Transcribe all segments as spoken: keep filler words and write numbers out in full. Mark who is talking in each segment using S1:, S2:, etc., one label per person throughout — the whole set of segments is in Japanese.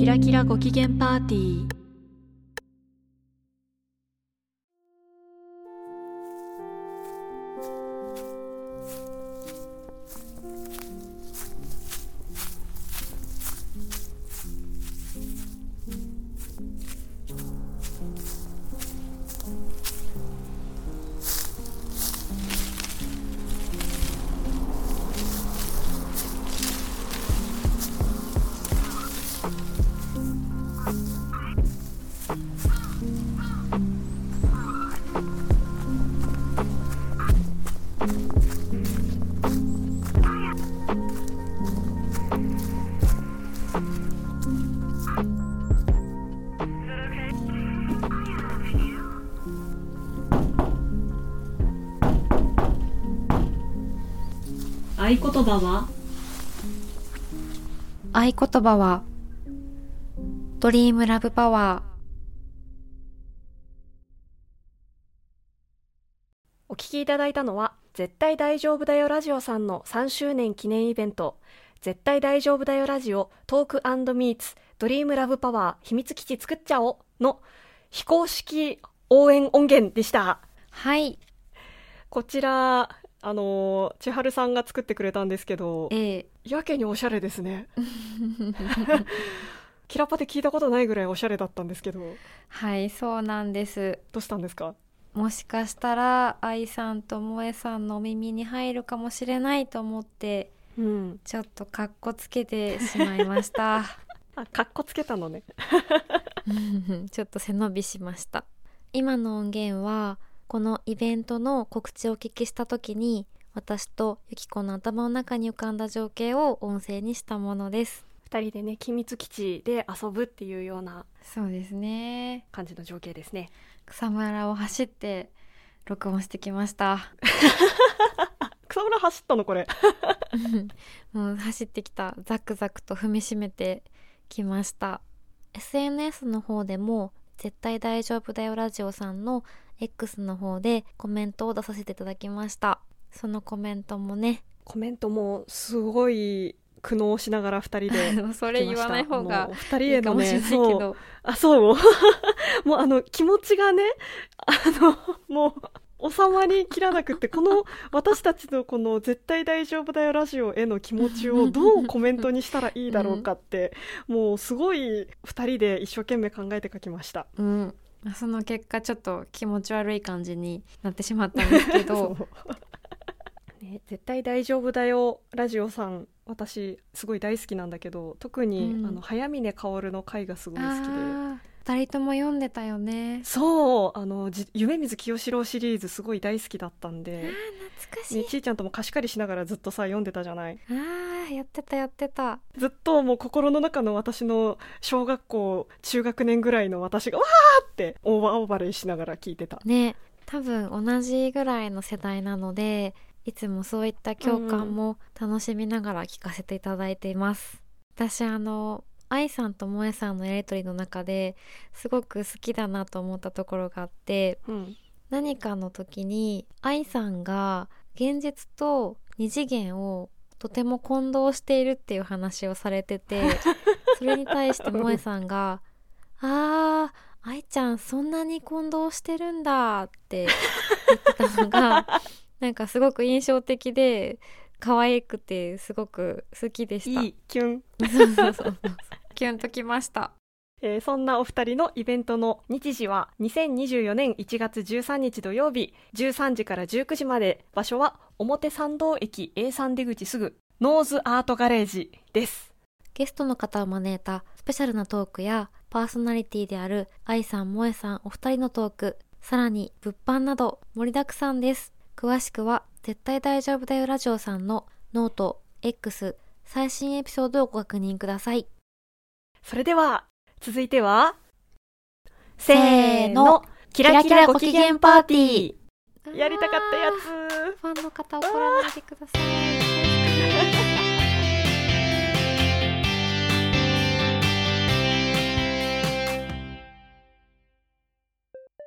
S1: ラキラご機嫌パーティー。合言葉は
S2: 合言葉はドリームラブパワー。
S1: お聞きいただいたのは絶対大丈夫だよラジオさんのさんしゅうねん記念イベント絶対大丈夫だよラジオトーク&ミーツドリームラブパワー秘密基地作っちゃおの非公式応援音源でした。
S2: はい、
S1: こちらあの千春さんが作ってくれたんですけど、
S2: ええ、
S1: やけにおしゃれですねキラパで聞いたことないぐらいおしゃれだったんですけど。
S2: はい、そうなんです。
S1: どうしたんですか？
S2: もしかしたら愛さんと萌さんのお耳に入るかもしれないと思って、
S1: うん、
S2: ちょっとカッコつけてしまいました
S1: あ、カッコつけたのね
S2: ちょっと背伸びしました。今の音源はこのイベントの告知をお聞きした時に私とゆきこの頭の中に浮かんだ情景を音声にしたものです。
S1: 二人でね秘密基地で遊ぶっていうような
S2: そうですね、
S1: 感じの情景ですね。
S2: 草むらを走って録音してきました
S1: 草むら走ったのこれ
S2: もう走ってきた、ザクザクと踏みしめてきました。 エスエヌエス の方でも絶対大丈夫だよラジオさんの X の方でコメントを出させていただきました。そのコメントもね、
S1: コメントもすごい苦悩しながらふたりで
S2: それ言わない方が
S1: ふたりへのね、
S2: いいかもしれないけど、
S1: あ、そうもうあの気持ちがねあのもう収まりきらなくってこの私たちのこの絶対大丈夫だよラジオへの気持ちをどうコメントにしたらいいだろうかって、うん、もうすごいふたりで一生懸命考えて書きました。
S2: うん、その結果ちょっと気持ち悪い感じになってしまったんですけど
S1: ね、絶対大丈夫だよラジオさん私すごい大好きなんだけど、特に、うん、あの早峰薫の回がすごい好きで、
S2: ふたりとも読んでたよね。
S1: そうあの夢水清志郎シリーズすごい大好きだったんで、
S2: あ懐かしい、
S1: ね、ちーちゃんとも貸し借りしながらずっとさ読んでたじゃない。
S2: あやってたやってた。
S1: ずっともう心の中の私の小学校中学年ぐらいの私がわーって大暴れしながら聞いてた
S2: ね。多分同じぐらいの世代なのでいつもそういった共感も楽しみながら聞かせていただいています、うん、私あの愛さんと萌えさんのやりとりの中ですごく好きだなと思ったところがあって、うん、何かの時に愛さんが現実と二次元をとても混同しているっていう話をされててそれに対して萌えさんがあー愛ちゃんそんなに混同してるんだって言ってたのがなんかすごく印象的で可愛くてすごく好きでした。
S1: いいキュン
S2: そうそうそうキュンときました、
S1: えー、そんなお二人のイベントの日時はにせんにじゅうよねんいちがつじゅうさんにち土曜日じゅうさんじからじゅうくじまで。場所は表参道駅 エーさん 出口すぐノーズアートガレージです。
S2: ゲストの方を招いたスペシャルなトークやパーソナリティである愛さん萌えさんお二人のトーク、さらに物販など盛りだくさんです。詳しくは絶対大丈夫だよラジオさんのノート X 最新エピソードをご確認ください。
S1: それでは続いてはせーのキラキラご機嫌パーティー。やりたかったやつ。
S2: ファンの方怒らないでください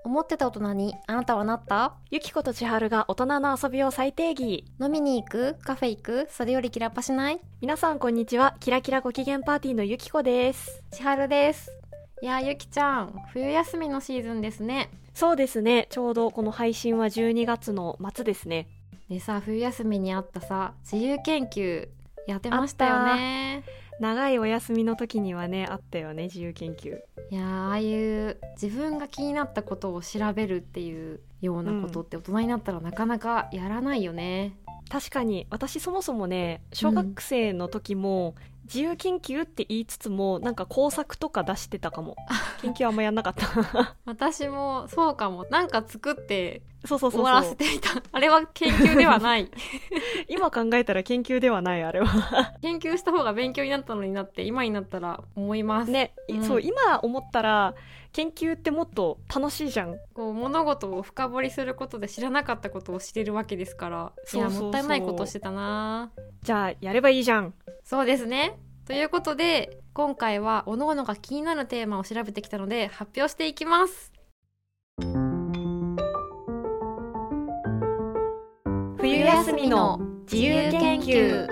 S2: 思ってた大人にあなたはなった？
S1: ゆきこと千春が大人の遊びを再定義。
S2: 飲みに行く？カフェ行く？それよりキラパしない？
S1: 皆さんこんにちは。キラキラご機嫌パーティーのゆきこです。
S2: 千春です。いやゆきちゃん、冬休みのシーズンですね。
S1: そうですね。ちょうどこの配信はじゅうにがつの末ですね。
S2: でさ、冬休みにあったさ、自由研究やってましたよね。
S1: 長いお休みの時にはね、あったよね、自由研究。
S2: いやああいう自分が気になったことを調べるっていうようなことって大人になったらなかなかやらないよね、
S1: うん、確かに私そもそもね、小学生の時も、うん自由研究って言いつつもなんか工作とか出してたかも。研究あんまやんなかった
S2: 私もそうかも。なんか作って
S1: そうそうそうそう
S2: 終わらせていた。あれは研究ではない
S1: 今考えたら研究ではない。あれは
S2: 研究した方が勉強になったのになって今になったら思います
S1: ね、
S2: うん、
S1: そう今思ったら研究ってもっと楽しいじゃん。
S2: こう物事を深掘りすることで知らなかったことを知れるわけですから。
S1: そうそうそう、
S2: いやもったいないことしてたな。
S1: じゃあやればいいじゃん。
S2: そうですね。ということで今回は各々が気になるテーマを調べてきたので発表していきます。
S1: 冬休みの自由研究。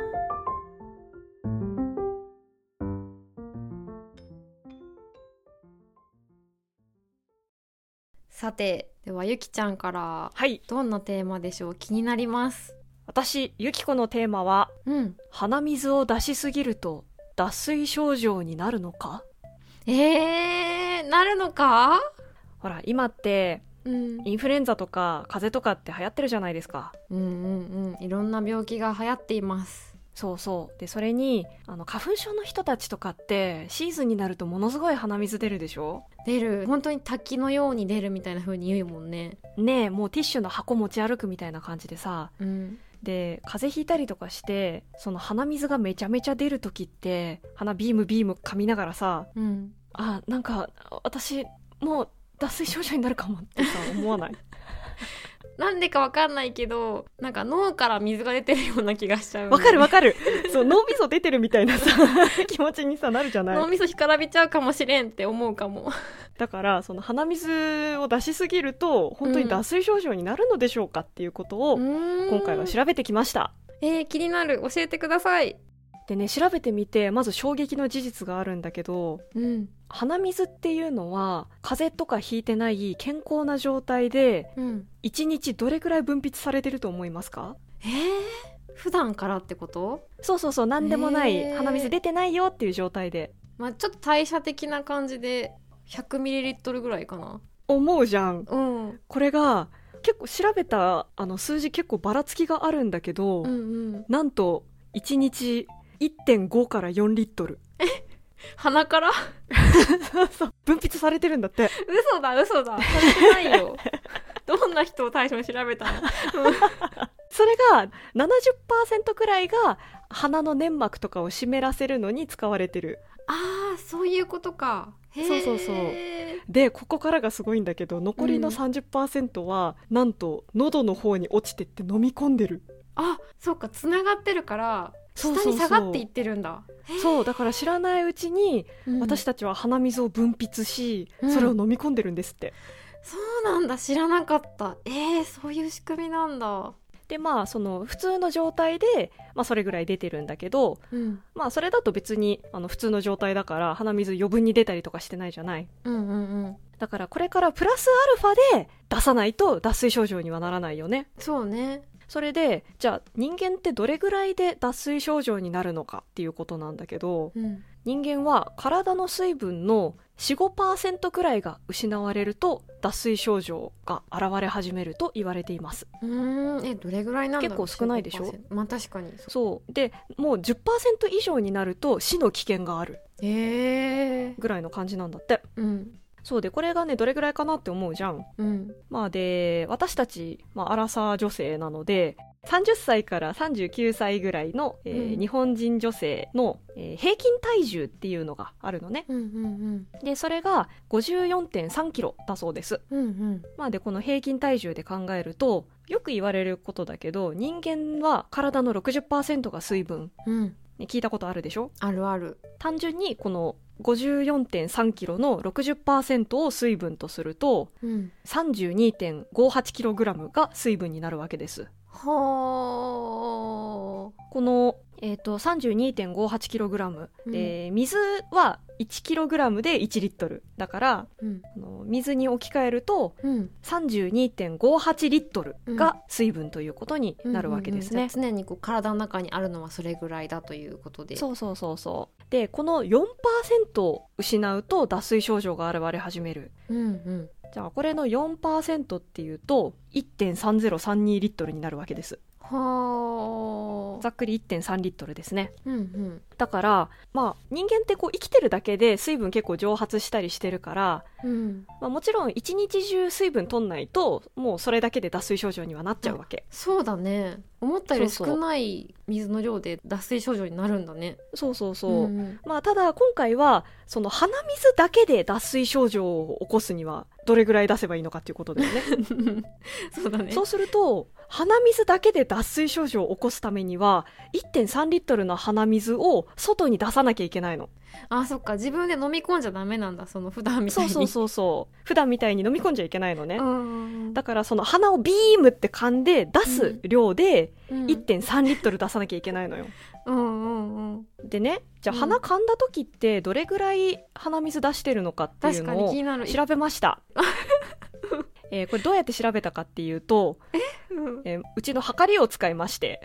S2: さて、ではゆきちゃんから、
S1: はい、
S2: どんなテーマでしょう？気になります。
S1: 私ゆきこのテーマは、
S2: うん、
S1: 鼻水を出しすぎると脱水症状になるのか？
S2: えー、なるのか？
S1: ほら今って、
S2: うん、
S1: インフルエンザとか風邪とかって流行ってるじゃないですか。
S2: うんうんうん、いろんな病気が流行っています。
S1: そうそう。でそれにあの花粉症の人たちとかってシーズンになるとものすごい鼻水出るでしょ？
S2: 出る。本当に滝のように出るみたいな風に言うもんね。
S1: ねえ、もうティッシュの箱持ち歩くみたいな感じでさ、
S2: うん、
S1: で風邪ひいたりとかしてその鼻水がめちゃめちゃ出る時って鼻ビームビーム噛みながらさ、
S2: うん、
S1: あなんか私もう脱水症状になるかもってさ思わない？
S2: なんでかわかんないけどなんか脳から水が出てるような気がしちゃう、ね、
S1: わかるわかるそう脳みそ出てるみたいなさ気持ちにさなるじゃない。
S2: 脳みそ干からびちゃうかもしれんって思うかも。
S1: だからその鼻水を出しすぎると本当に脱水症状になるのでしょうかっていうことを今回は調べてきました。
S2: えー、気になる。教えてください。
S1: でね、調べてみてまず衝撃の事実があるんだけど、
S2: うん、
S1: 鼻水っていうのは風邪とかひいてない健康な状態で、うん、いちにちどれくらい分泌されてると思いますか？
S2: えー、普段からってこと？
S1: そうそうそう、なんでもない、えー、鼻水出てないよっていう状態で、
S2: まあ、ちょっと代謝的な感じで ひゃくミリリットル ぐらいかな
S1: 思うじゃん、
S2: うん、
S1: これが結構調べたあの数字結構ばらつきがあるんだけど、
S2: うんうん、
S1: なんといちにち いってんご からよんリットル。
S2: え鼻から
S1: そうそう分泌されてるんだって。
S2: 嘘だ嘘だ、されてないよどんな人を対象に調べたの
S1: それが ななじゅっパーセント くらいが鼻の粘膜とかを湿らせるのに使われてる。
S2: あーそういうことか。へー、
S1: そうそうそう。でここからがすごいんだけど、残りの さんじゅっパーセント は、うん、なんと喉の方に落ちてって飲み込んでる。
S2: あ、そうか、つながってるから下に下がっていってるんだ。
S1: そうそうそう、そうだから知らないうちに、うん、私たちは鼻水を分泌し、うん、それを飲み込んでるんですって。
S2: そうなんだ、知らなかった。えー、そういう仕組みなんだ。
S1: でまあその普通の状態で、まあ、それぐらい出てるんだけど、うん、まあそれだと別にあの普通の状態だから鼻水余分に出たりとかしてないじゃない、
S2: うんうんうん、
S1: だからこれからプラスアルファで出さないと脱水症状にはならないよね。
S2: そうね。
S1: それでじゃあ人間ってどれぐらいで脱水症状になるのかっていうことなんだけど、うん、人間は体の水分の よん、ごパーセント くらいが失われると脱水症状が現れ始めると言われています。
S2: うーん、えどれぐらいなんだろう。
S1: 結構少ないでしょ。
S2: まあ確かに
S1: そうでもう じゅっパーセント 以上になると死の危険がある
S2: えー
S1: ぐらいの感じなんだって、
S2: うん、
S1: そうでこれがねどれぐらいかなって思うじゃん、
S2: うん、
S1: まあで私たち、まあ、アラサー女性なのでさんじゅっさいからさんじゅうきゅうさいぐらいの、えーうん、日本人女性の、えー、平均体重っていうのがあるのね、
S2: うんうんうん、
S1: でそれが ごじゅうよんてんさんキロだそうです、
S2: うんうん、
S1: まあでこの平均体重で考えるとよく言われることだけど人間は体の ろくじゅっパーセント が水分、
S2: うん、
S1: 聞いたことあるでしょ。
S2: あるある。
S1: 単純にこのごじゅうよんてんさんキロの ろくじゅっパーセント を水分とすると、
S2: うん、
S1: さんじゅうにてんごはちキログラムが水分になるわけです。
S2: は
S1: この、えーと、さんじゅうにてんごはちキログラム、
S2: うん
S1: で水はいちキログラムでいちリットルだから、
S2: うん、
S1: あの水に置き換えると、
S2: うん、
S1: さんじゅうにてんごはちリットルが水分ということになるわけですね、
S2: うんうんうん、じゃあ常にこう体の中にあるのはそれぐらいだということで。
S1: そうそうそうそうでこの よんパーセント を失うと脱水症状が現れ始める。
S2: うんうん、
S1: じゃあこれの よんパーセント っていうと いってんさんぜろさんに リットルになるわけです。
S2: は
S1: ざっくり いってんさん リットルですね。
S2: うんうん、
S1: だからまあ人間ってこう生きてるだけで水分結構蒸発したりしてるから、
S2: うん
S1: まあ、もちろん一日中水分取んないともうそれだけで脱水症状にはなっちゃうわけ。
S2: そうだね、思ったより
S1: そうそう
S2: 少ない水の量で脱水症状になるんだね。
S1: そうそうそう、
S2: うんうん、
S1: まあただ今回はその鼻水だけで脱水症状を起こすにはどれぐらい出せばいいのかっていうことだよね
S2: そうだね。
S1: そうすると鼻水だけで脱水症状を起こすためには いってんさんリットルの鼻水を外に出さなきゃいけないの。
S2: あ、そっか、自分で飲み込んじゃダメなんだ、その普段みたいに。
S1: そうそうそうそう普段みたいに飲み込んじゃいけないのね、
S2: うん、
S1: だからその鼻をビームって噛んで出す量で
S2: うん、
S1: いってんさんリットル出さなきゃいけないのよ。
S2: うんうんうん、
S1: でね、じゃあ
S2: うん
S1: 鼻噛んだ時ってどれぐらい鼻水出してるのかっていう
S2: 確か
S1: のを
S2: に気になる。
S1: 調べましたえーこれどうやって調べたかっていうと、
S2: うん
S1: えーうちの測りを使いまして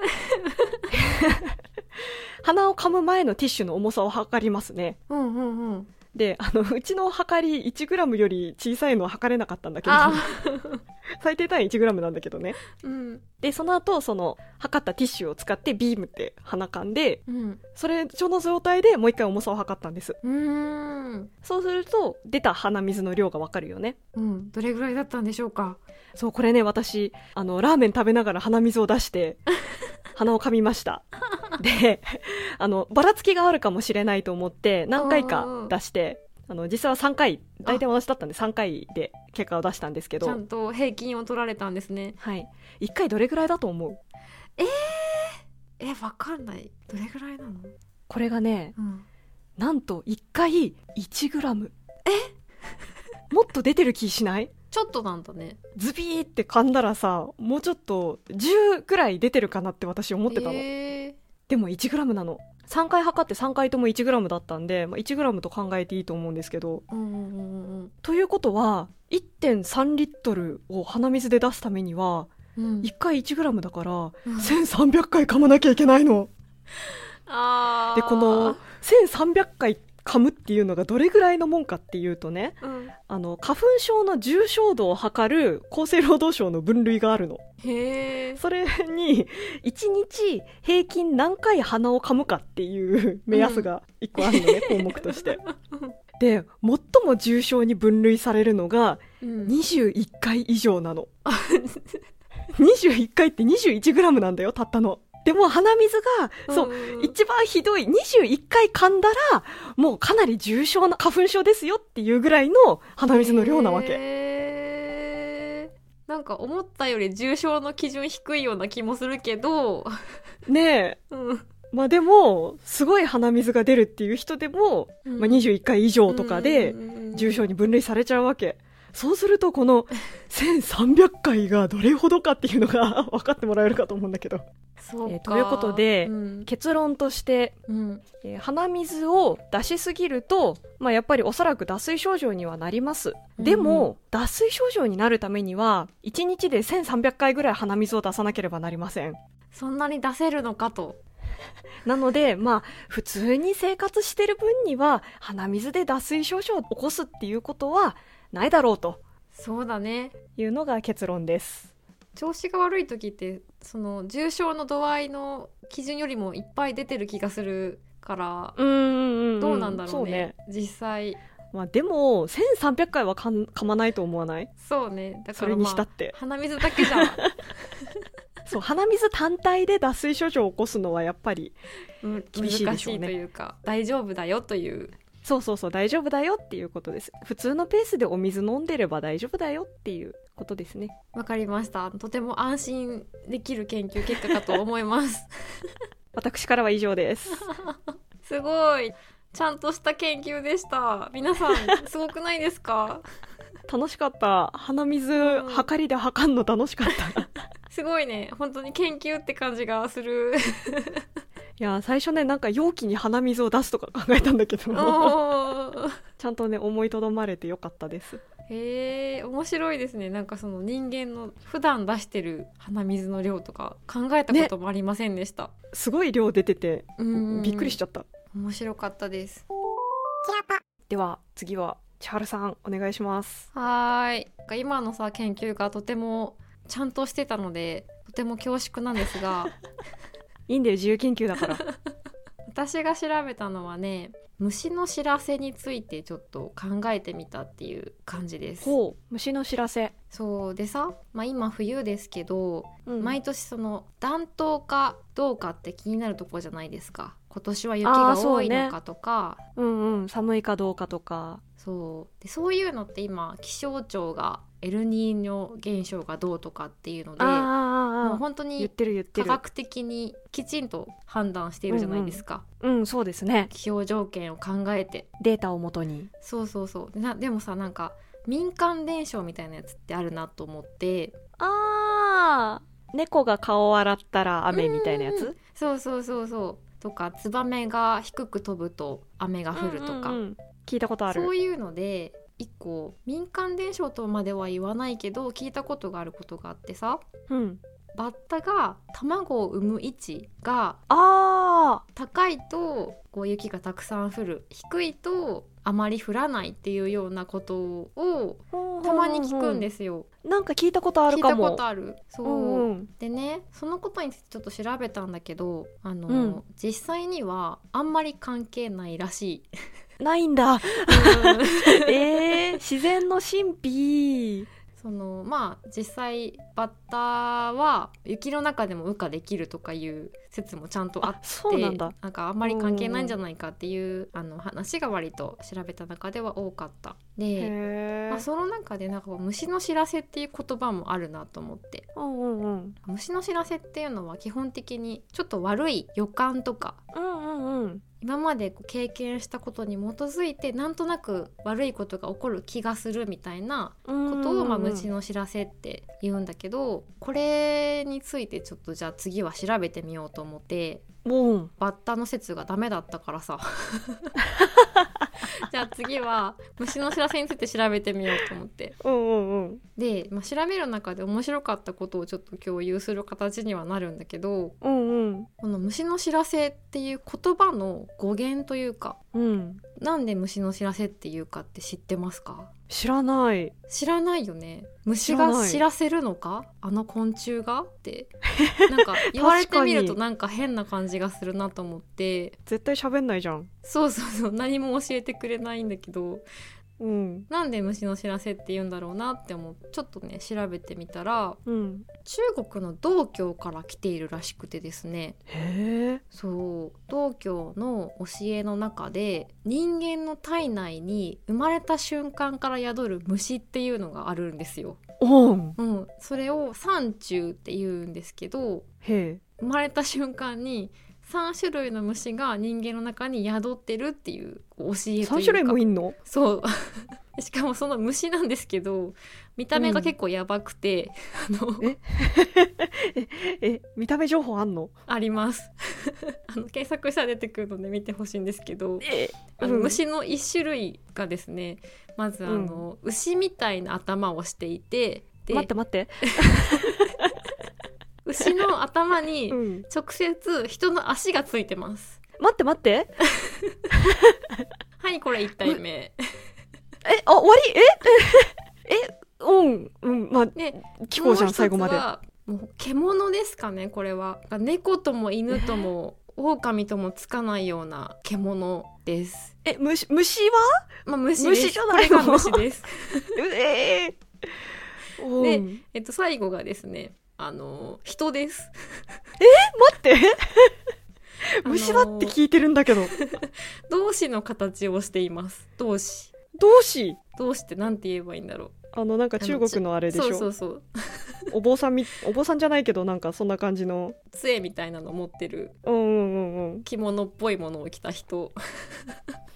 S1: 鼻を噛む前のティッシュの重さを測りますね。
S2: うんうんうん、
S1: で、あのうちの測り いちグラム より小さいのは測れなかったんだけど
S2: あ
S1: 最低単位 いちグラム なんだけどね。
S2: うん、
S1: でその後その測ったティッシュを使ってビームって鼻噛んで、
S2: うん、
S1: それその状態でもう一回重さを測ったんです。
S2: うーん、
S1: そうすると出た鼻水の量がわかるよね。
S2: うん、どれぐらいだったんでしょうか。
S1: そう、これね、私あのラーメン食べながら鼻水を出して鼻を噛みましたであのばらつきがあるかもしれないと思って何回か出して、あの実際はさんかい、大体同じだったんでさんかいで結果を出したんですけど、
S2: ちゃんと平均を取られたんですね。
S1: はい、いっかいどれぐらいだと思う？
S2: えー、え、わかんない。どれぐらいなの？
S1: これがね、
S2: うん、
S1: なんといっかい いちグラム。 えもっと出てる気しない？
S2: ちょっとなんだね。
S1: ズビーって噛んだらさ、もうちょっとじゅうぐらい出てるかなって私思ってたの、
S2: えー、
S1: でも いちグラム なの。さんかい測ってさんかいとも いちグラム だったんで、まあ、いちグラム と考えていいと思うんですけど、
S2: うんうんうんうん、
S1: ということは いってんさんリットルを鼻水で出すためには、
S2: うん、
S1: いっかい いちグラム だから、
S2: うん、
S1: せんさんびゃっかい噛まなきゃいけないの。
S2: あ
S1: でこのせんさんびゃっかい噛むっていうのがどれぐらいのもんかっていうとね、
S2: うん、
S1: あの花粉症の重症度を測る厚生労働省の分類があるの。
S2: へー、
S1: それにいちにち平均何回鼻を噛むかっていう目安がいっこあるのね、うん、項目としてで最も重症に分類されるのがにじゅういっかい以上なのにじゅういっかいって にじゅういちグラム なんだよ、たったの。でも鼻水が、そう、うん、一番ひどいにじゅういっかい噛んだらもうかなり重症な花粉症ですよっていうぐらいの鼻水の量なわけ。
S2: へー、なんか思ったより重症の基準低いような気もするけど
S1: ねえ、
S2: うん、
S1: まあでもすごい鼻水が出るっていう人でも、うん、まあ、にじゅういっかい以上とかで重症に分類されちゃうわけ。そうするとこのせんさんびゃっかいがどれほどかっていうのが分かってもらえるかと思うんだけど。
S2: そうか、
S1: えー、ということで、うん、結論として、
S2: うん
S1: えー、鼻水を出しすぎると、まあ、やっぱりおそらく脱水症状にはなります。でも、うん、脱水症状になるためにはいちにちでせんさんびゃっかいぐらい鼻水を出さなければなりません。
S2: そんなに出せるのかと。
S1: なので、まあ、普通に生活してる分には鼻水で脱水症状を起こすっていうことはないだろうと。
S2: そうだね、
S1: いうのが結論です。
S2: 調子が悪い時ってその重症の度合いの基準よりもいっぱい出てる気がするから、
S1: うんうんうん、
S2: どうなんだろうね、
S1: そうね、
S2: 実際。
S1: まあ、でもせんさんびゃっかいは噛まないと思わない？
S2: そうね、だから、まあ、
S1: それにしたって
S2: 鼻水だけじゃ
S1: そう、鼻水単体で脱水症状を起こすのはやっぱり厳しいでしょうね。
S2: 難しいというか大丈夫だよという。
S1: そうそうそう、大丈夫だよっていうことです。普通のペースでお水飲んでれば大丈夫だよっていうことですね。
S2: わかりました。とても安心できる研究結果かと思います
S1: 私からは以上です
S2: すごい。 ちゃんとした研究でした。皆さんすごくないですか？
S1: 楽しかった。鼻水、
S2: うん、
S1: はかりで測んの楽しかった
S2: すごいね、本当に研究って感じがする
S1: いや最初ねなんか容器に鼻水を出すとか考えたんだけどちゃんとね思いとどまれてよかったです。
S2: へえ、面白いですね。なんかその人間の普段出してる鼻水の量とか考えたこともありませんでした、ね、
S1: すごい量出てて
S2: うん
S1: びっくりしちゃった。
S2: 面白かったです。
S1: では次は千春さんお願いします。
S2: はーい。今のさ研究がとてもちゃんとしてたのでとても恐縮なんですが
S1: いいんだよ自由研究だから
S2: 私が調べたのはね、虫の知らせについてちょっと考えてみたっていう感じです。
S1: ほう、虫の知らせ。
S2: そうでさ、まあ、今冬ですけど、うん、毎年その暖冬かどうかって気になるところじゃないですか。今年は雪が多いのかとか、
S1: う、ね、うんうん、寒いかどうかとか。
S2: そうで、そういうのって今気象庁がエルニーニョ現象がどうとかっていうので、もう本当に科学的にきちんと判断しているじゃないですか。
S1: うん、うんうん、そうですね。
S2: 気象条件を考えて
S1: データをもとに。
S2: そうそうそうな。でもさ、なんか民間伝承みたいなやつってあるなと思って。
S1: あー、猫が顔を洗ったら雨みたいなやつ、うん、
S2: そうそうそうそうとか、ツバメが低く飛ぶと雨が降るとか、
S1: うんうんうん、聞いたことある。
S2: そういうので一個民間伝承とまでは言わないけど聞いたことがあることがあってさ、
S1: うん、
S2: バッタが卵を産む位置が
S1: あ
S2: 高いとこう雪がたくさん降る、低いとあまり降らないっていうようなことをたまに聞くんですよ。
S1: なんか聞いたことあるかも。
S2: 聞いたことある。そう、うんうん、でね、そのことについてちょっと調べたんだけど、あの、うん、実際にはあんまり関係ないらしい。
S1: ないんだ、うん、えー、自然の神秘。
S2: そのまあ実際バッタは雪の中でも羽化できるとかいう説もちゃんとあって、
S1: そうなんだ。
S2: なんかあんまり関係ないんじゃないかっていうあの話が割と調べた中では多かった。で、まあ、その中でなんか虫の知らせっていう言葉もあるなと思って、
S1: うんうんうん、
S2: 虫の知らせっていうのは基本的にちょっと悪い予感とか、
S1: うんうんうん、
S2: 今まで経験したことに基づいてなんとなく悪いことが起こる気がするみたいなことを、まあ、虫の知らせって言うんだけど、これについてちょっとじゃあ次は調べてみようと思って、
S1: うん、
S2: バッタの説がダメだったからさじゃあ次は虫の知らせについて調べてみようと思って、
S1: うんうんうん、
S2: で、まあ、調べる中で面白かったことをちょっと共有する形にはなるんだけど、
S1: うんうん、
S2: この虫の知らせっていう言葉の語源というか、
S1: うん、
S2: なんで虫の知らせっていうかって知ってますか？
S1: 知らない。
S2: 知らないよね。虫が知らせるのか、あの昆虫がってなんか言われてみるとなんか変な感じがするなと思って。
S1: 絶対喋んないじゃん。
S2: そうそうそう、何も教えてくれないんだけど、
S1: うん、
S2: なんで虫の知らせって言うんだろうなって思ってちょっとね調べてみたら、
S1: うん、
S2: 中国の道教から来ているらしくてですね。
S1: へー。
S2: そう、道教の教えの中で人間の体内に生まれた瞬間から宿る虫っていうのがあるんですよ。
S1: おん、
S2: うん、それを三虫って言うんですけど、
S1: へー、
S2: 生まれた瞬間にさん種類の虫が人間の中に宿ってるっていう教えというか。
S1: さん種類もいんの？
S2: そうしかもその虫なんですけど見た目が結構やばくて、うん、あの
S1: ええ見た目情報あんの？
S2: ありますあの検索したら出てくるので見てほしいんですけど、
S1: え、
S2: あの、うん、虫の一種類がですね、まずあの、うん、牛みたいな頭をしていて、で
S1: 待って待って
S2: 牛の頭に直接人の足がついてます、
S1: うん、待って待って
S2: はいこれいち体目
S1: えあ終わりええうんうんまあ、ね、聞こうじゃん最後まで。
S2: もう獣ですかね。これは猫とも犬とも狼ともつかないような獣です。
S1: え虫虫は、
S2: まあ、虫です。
S1: 虫じゃないの？
S2: これが虫です
S1: え
S2: ー、で、えっと、最後がですねあの人です。
S1: え待って虫だって聞いてるんだけど
S2: 同士の形をしています。同士
S1: 同士
S2: 同士ってなんて言えばいいんだろう。
S1: あのなんか中国のあれでしょ。
S2: そうそうそう
S1: お坊さんみお坊さんじゃないけどなんかそんな感じの
S2: 杖みたいなの持ってる、
S1: うんうんうんうん、
S2: 着物っぽいものを着た人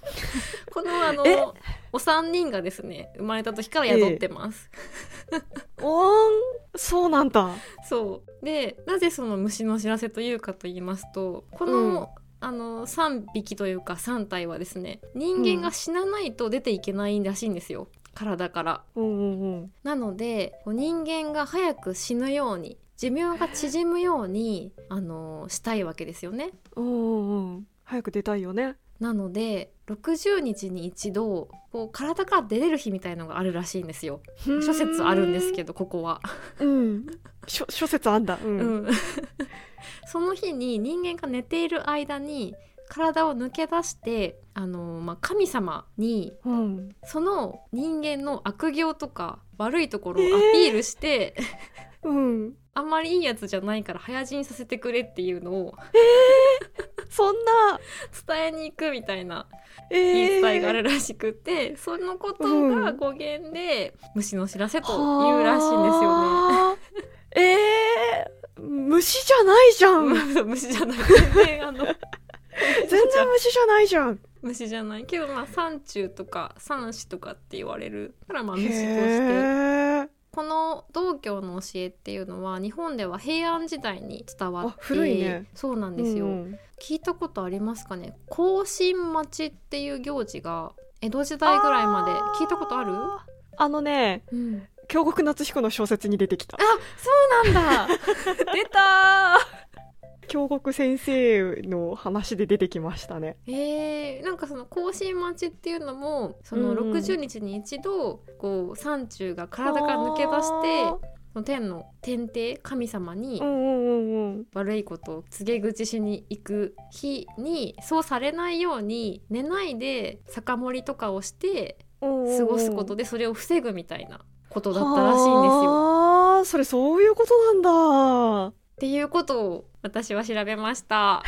S2: このあのお三人がですね生まれた時から宿ってます、
S1: ええ、おーん、そうなんだ。
S2: そうで、なぜその虫の知らせというかと言いますと、この、うん、あのさんびきというかさん体はですね、人間が死なないと出ていけないらしいんですよ、うん、体から、うんうんうん、なので人間が早く死ぬように寿命が縮むようにあのしたいわけですよね。
S1: うんうんうん、早く出たいよね。
S2: なのでろくじゅうにちに一度こう体から出れる日みたいのがあるらしいんですよ。諸説あるんですけどここは、うん、
S1: 諸, 諸説あんだ、うんうん、
S2: その日に人間が寝ている間に体を抜け出してあの、まあ、神様に、うん、その人間の悪行とか悪いところをアピールして、えーうん、あんまりいいやつじゃないから早死にさせてくれっていうのを、
S1: えー、そんな
S2: 伝えに行くみたいな言い伝えがあるらしくて、えー、そのことが語源で、うん、虫の知らせというらしいんですよね。
S1: えー、虫じゃないじゃん。
S2: 虫じゃない全然あの
S1: 全然虫じゃないじゃん。
S2: 虫じゃないけど、まあ山虫とか山子とかって言われるからまあ虫としてこの道教の教えっていうのは日本では平安時代に伝わって、
S1: 古いね。
S2: そうなんですよ、うん、聞いたことありますかね。庚申待ちっていう行事が江戸時代ぐらいまで聞いたことある？
S1: あのね、うん、京極夏彦の小説に出てきた。
S2: あ、そうなんだ出た
S1: 京極先生の話で出てきましたね。
S2: えー、なんかその庚申待ちっていうのもそのろくじゅうにちに一度こう山中が体から抜け出してその天の天帝神様に悪いことを告げ口しに行く日にそうされないように寝ないで酒盛りとかをして過ごすことでそれを防ぐみたいなことだったらしいんですよ。
S1: あ、それそういうことなんだ
S2: っていうことを私は調べました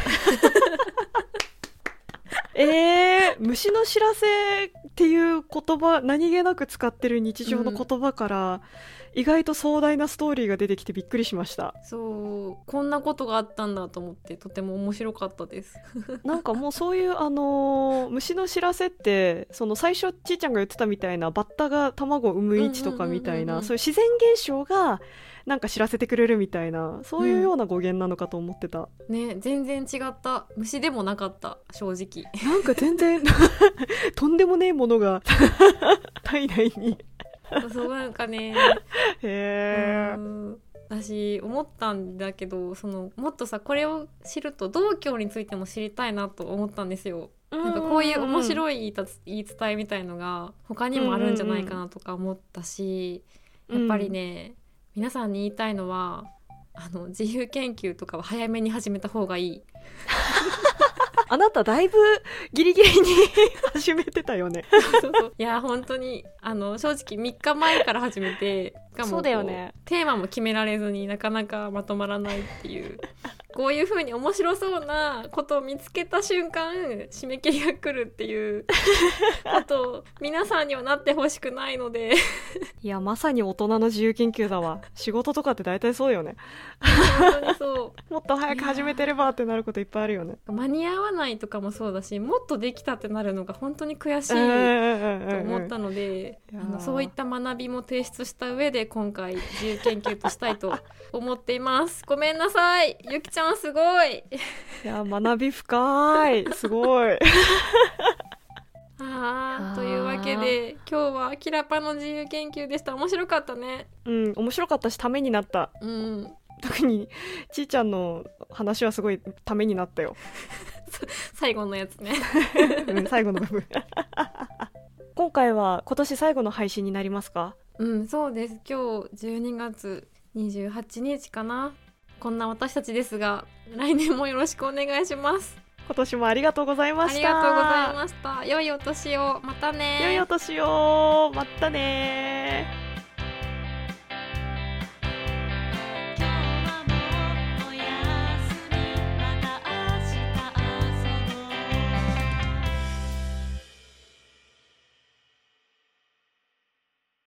S1: えー、虫の知らせっていう言葉何気なく使ってる日常の言葉から、うん、意外と壮大なストーリーが出てきてびっくりしました。
S2: そうこんなことがあったんだと思ってとても面白かったです
S1: なんかもうそういうあのー、虫の知らせってその最初ちーちゃんが言ってたみたいなバッタが卵を産む位置とかみたいなそういう自然現象がなんか知らせてくれるみたいなそういうような語源なのかと思ってた、
S2: うん、ね、全然違った。虫でもなかった正直。
S1: なんか全然とんでもねえものが体内に
S2: そうなんかね
S1: へ
S2: ー私思ったんだけどそのもっとさこれを知ると道教についても知りたいなと思ったんですよ。なんかこういう面白い言いた言い伝えみたいのが他にもあるんじゃないかなとか思ったし、やっぱりね、うん、皆さんに言いたいのはあの自由研究とかは早めに始めた方がいい
S1: あなただいぶギリギリに始めてたよね
S2: そうそういや本当にあの正直みっかまえから始めてしかも
S1: そうだよね、
S2: テーマも決められずになかなかまとまらないっていうこういう風に面白そうなことを見つけた瞬間締め切りが来るっていうことを皆さんにはなってほしくないので
S1: いやまさに大人の自由研究だわ。仕事とかって大体そうよね
S2: 本当にそう
S1: もっと早く始めてればってなることいっぱいあるよね。
S2: 間に合わないとかもそうだしもっとできたってなるのが本当に悔しいと思ったので、あのそういった学びも提出した上で今回自由研究としたいと思っています。ごめんなさいゆきちゃんすごい。
S1: いや学び深いすごい
S2: あというわけで今日はキラパの自由研究でした。面白かったね。
S1: うん面白かったしためになった、うん、特にちーちゃんの話はすごいためになったよ
S2: 最後のやつね
S1: うん最後の部分今回は今年最後の配信になりますか？
S2: うんそうです。今日じゅうにがつにじゅうはちにちかな。こんな私たちですが来年もよろしくお願いします。
S1: 今年もありがとうございました。
S2: ありがとうございました。良いお年を。またね。
S1: 良いお年を。またね。